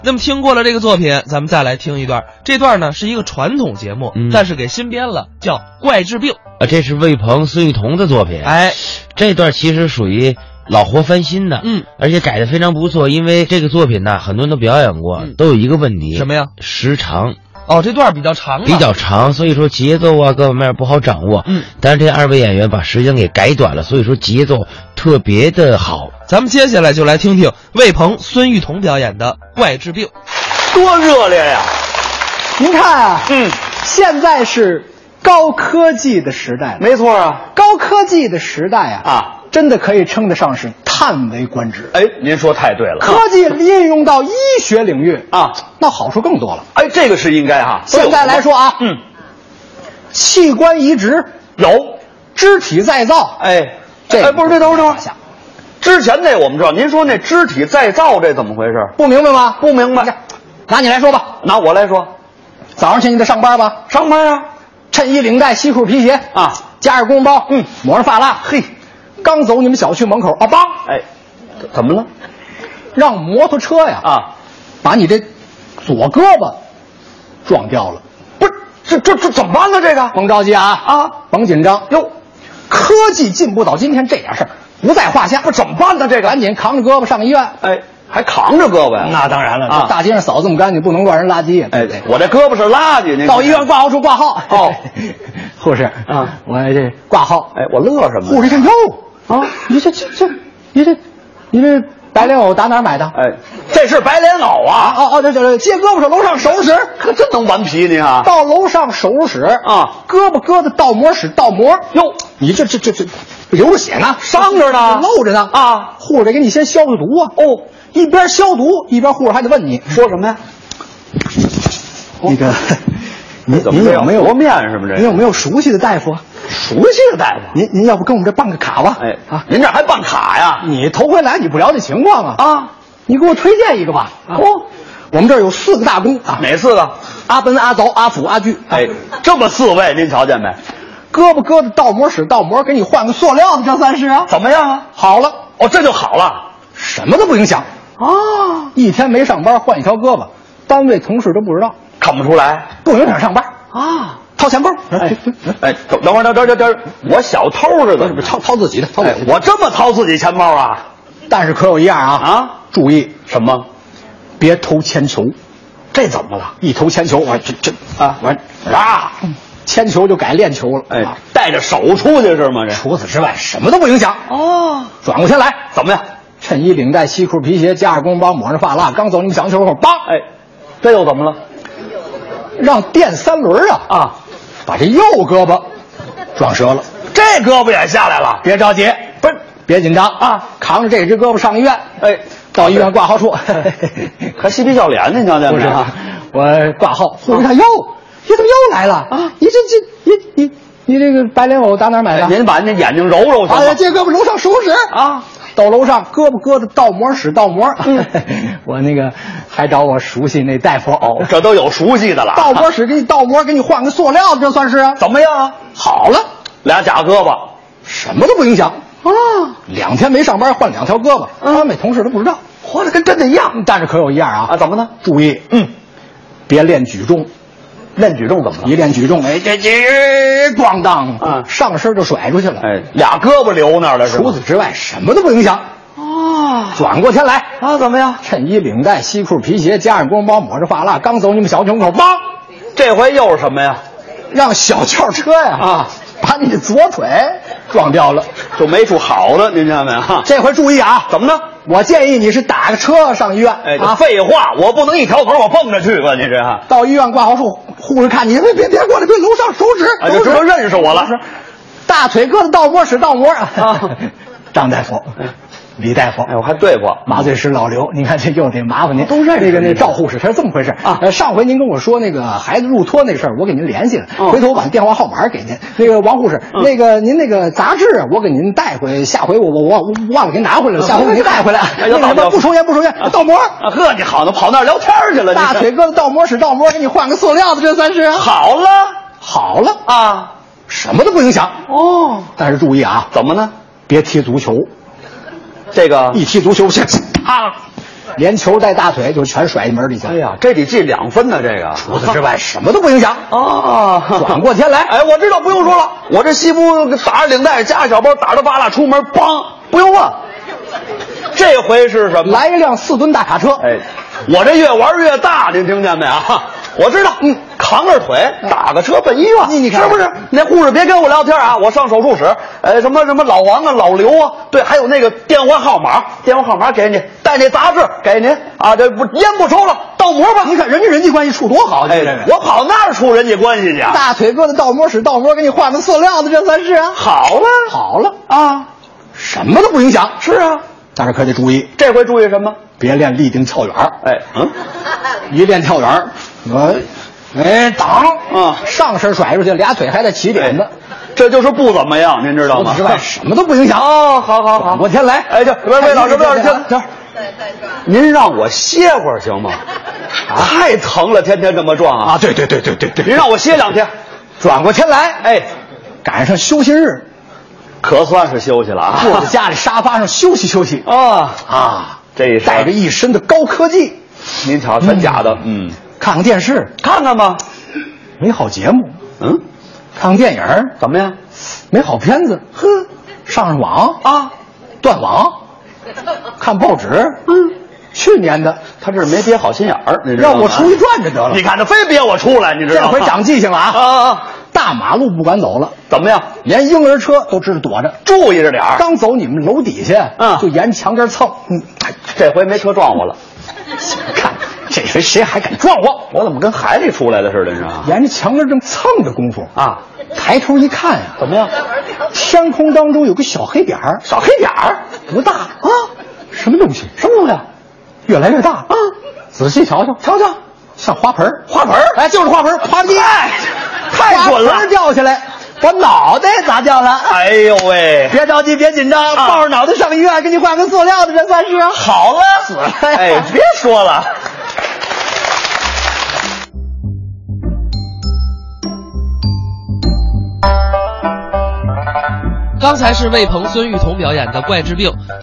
那么听过了这个作品，咱们再来听一段。这段呢是一个传统节目，但是给新编了，叫《怪治病》 啊，这是魏鹏、孙玉彤的作品。 哎， 这段其实属于老活翻新的，而且改的非常不错。因为这个作品呢，很多人都表演过，都有一个问题， 什么呀？ 时长。 哦，这段比较长， 所以说节奏啊各方面不好掌握。但是这二位演员把时间给改短了，所以说节奏特别的好。 咱们接下来就来听听魏鹏、孙玉彤表演的《怪治病》， 多热烈呀！ 您看啊，现在是高科技的时代了， 没错啊， 高科技的时代真的可以称得上是叹为观止。 哎，您说太对了， 科技应用到医学领域那好处更多了。 哎，这个是应该哈。 现在来说器官移植有， 肢体再造， 不是，这等会儿，之前那我们知道，您说那肢体再造这怎么回事？ 不明白吗？ 不明白。 拿你来说吧， 拿我来说， 早上起你得上班吧？ 上班啊， 衬衣领带西裤皮鞋加上公包，抹上发蜡， 嘿。 刚走你们小区门口梆！ 哎，怎么了？ 让摩托车呀把你这左胳膊撞掉了。 不是，这怎么办呢？这个甭着急甭紧张哟。科技进步到今天，这点事儿不在话下。 不怎么办呢？这个赶紧扛着胳膊上医院。 哎，还扛着胳膊呀？ 那当然了大街上扫这么干净，不能乱扔垃圾。 我这胳膊是垃圾。 到医院挂号处挂号。护士我这挂号。 哎，我乐什么？ 护士一看哟。你这白莲藕打哪儿买的？ 哎，这是白莲藕啊！ 这接胳膊上楼上手术室， 可真能顽皮你啊！ 到楼上手术室胳膊搁在倒模室倒模哟，你这流着血呢， 伤着呢， 漏着呢护士得给你先消消毒一边消毒一边护士还得问你说什么呀？ 那个您有没有和面是不是？ 您有没有熟悉的大夫？ 熟悉的大夫， 您要不跟我们这办个卡吧？ 您这还办卡呀？ 你头回来你不了解情况你给我推荐一个吧。我们这儿有4个大功哪4个？ 阿奔、阿凿、阿辅、阿巨。 这么4位，您瞧见没？ 胳膊搁在倒模室倒模，给你换个塑料的，这算是怎么样好了这就好了， 什么都不影响一天没上班换一条胳膊，单位同事都不知道， 看不出来， 不影响上班掏钱包。 等会儿，我小偷似的， 掏自己的， 我这么掏自己钱包但是可有一样注意什么？ 别投铅球。 这怎么了？ 一投铅球，铅球就改链球了。 带着手出去是吗？这除此之外什么都不影响。转过天来怎么样？ 衬衣领带西裤皮鞋加上公包抹上发蜡，刚走你们小区门口这又怎么了？ 让电3轮把这右胳膊撞折了， 这胳膊也下来了。 别着急，不是别紧张扛着这只胳膊上医院。到医院挂号处， 还嬉皮笑脸呢，你瞧见没？ 我挂号，护士看哟，你怎么又来了你这个白莲藕打哪儿买的？ 您把那眼睛揉揉行吗？ 接胳膊楼上手术室到楼上胳膊搁在倒模室倒模。我那个还找我熟悉那大夫这都有熟悉的了。 倒模室给你倒模，给你换个塑料的，这算是怎么样好了 ，2假胳膊， 什么都不影响2天没上班换2条胳膊，单位同事都不知道， 活得跟真的一样。 但是可有一样怎么呢？ 注意别练举重。 练举重怎么了？ 一练举重，这咣当上身就甩出去了。 俩胳膊留那儿了是吧？ 除此之外什么都不影响。转过天来怎么样？ 衬衣领带西裤皮鞋加上公包抹着发蜡，刚走你们小区门口这回又是什么呀？ 让小轿车把你的左腿撞掉了， 就没处好的，您看没有？ 这回注意怎么呢？ 我建议你是打个车上医院。 废话，我不能一条腿我蹦着去吧？你这到医院挂号处，护士看你，别过来，别楼上手指， 就知道认识我了。 大腿搁在倒模室倒模张大夫。李大夫， 我还对过麻醉师老刘，您看这又得麻烦您， 都认识那赵护士，他是这么回事上回您跟我说那个孩子入托那事儿，我给您联系了，回头我把电话号码给您。那个王护士，那个您那个杂志我给您带回来，下回我忘了给您拿回来了，下回给您带回来。不抽烟，倒模。 你好呢，跑那儿聊天去了。 大腿搁在倒模室倒模，给你换个塑料的，这算是好了什么都不影响但是注意怎么呢？ 别踢足球。 这个一踢足球连球带大腿就全甩进门里去了。 哎呀，这得记2分呢，这个。 除此之外什么都不影响啊！ 转过天来， 哎，我知道，不用说了，我这西服打着领带，夹着小包，打着巴拉出门，梆，不用问。这回是什么？ 来一辆4吨大卡车。 哎，我这越玩越大，您听见没啊？我知道，扛着腿打个车奔医院， 你看是不是？那护士别跟我聊天啊，我上手术室。什么老王啊，老刘啊，对，还有那个电话号码给你，带那杂志给您啊。这不烟不抽了，倒模吧。 你看人家人际关系处多好， 哎，我跑那儿处人际关系去。 大腿搁在倒模室，倒模给你换个塑料的，这算是啊。好了啊，什么都不影响。 是啊， 但是可得注意， 这回注意什么？ 别练立定跳远。 哎， 一练跳远，挡啊， 上身甩出去，俩腿还在起点子， 这就是不怎么样，您知道吗？ 之外什么都不影响。 哦，好， 转过天来， 哎，这魏老师，停，您让我歇会儿行吗？太疼了，天天这么撞啊！ 对， 您让我歇2天， 转过天来， 哎， 赶上休息日， 可算是休息了啊， 坐在家里沙发上休息啊， 这带着一身的高科技， 您瞧，真假的， 看看电视， 看看吧， 没好节目，看看电影， 怎么样？ 没好片子，上网啊， 断网，看报纸，去年的， 他这没憋好心眼儿，你知道吗？ 让我出去转转得了。 你看这非憋我出来，你知道吗？ 这回长记性了啊！ 大马路不敢走了， 怎么样？ 连婴儿车都知道躲着， 注意着点儿。 刚走你们楼底下，就沿墙根蹭。 这回没车撞我了。 看这回谁还敢撞我？ 我怎么跟海里出来的似的？你知道吗？ 沿着墙根正蹭的功夫啊， 抬头一看呀， 怎么样？ 天空当中有个小黑点儿， 小黑点儿不大啊，什么东西？ 什么东西？ 越来越大啊！仔细瞧瞧，像花盆儿，哎，就是花盆儿，啪叽， 太准了， 掉下来，把脑袋砸掉了。 哎呦喂！ 别着急，别紧张，抱着脑袋上医院，给你换个塑料的，这算是好了， 死了。 哎，别说了。 刚才是魏鹏、孙玉彤表演的《怪治病》。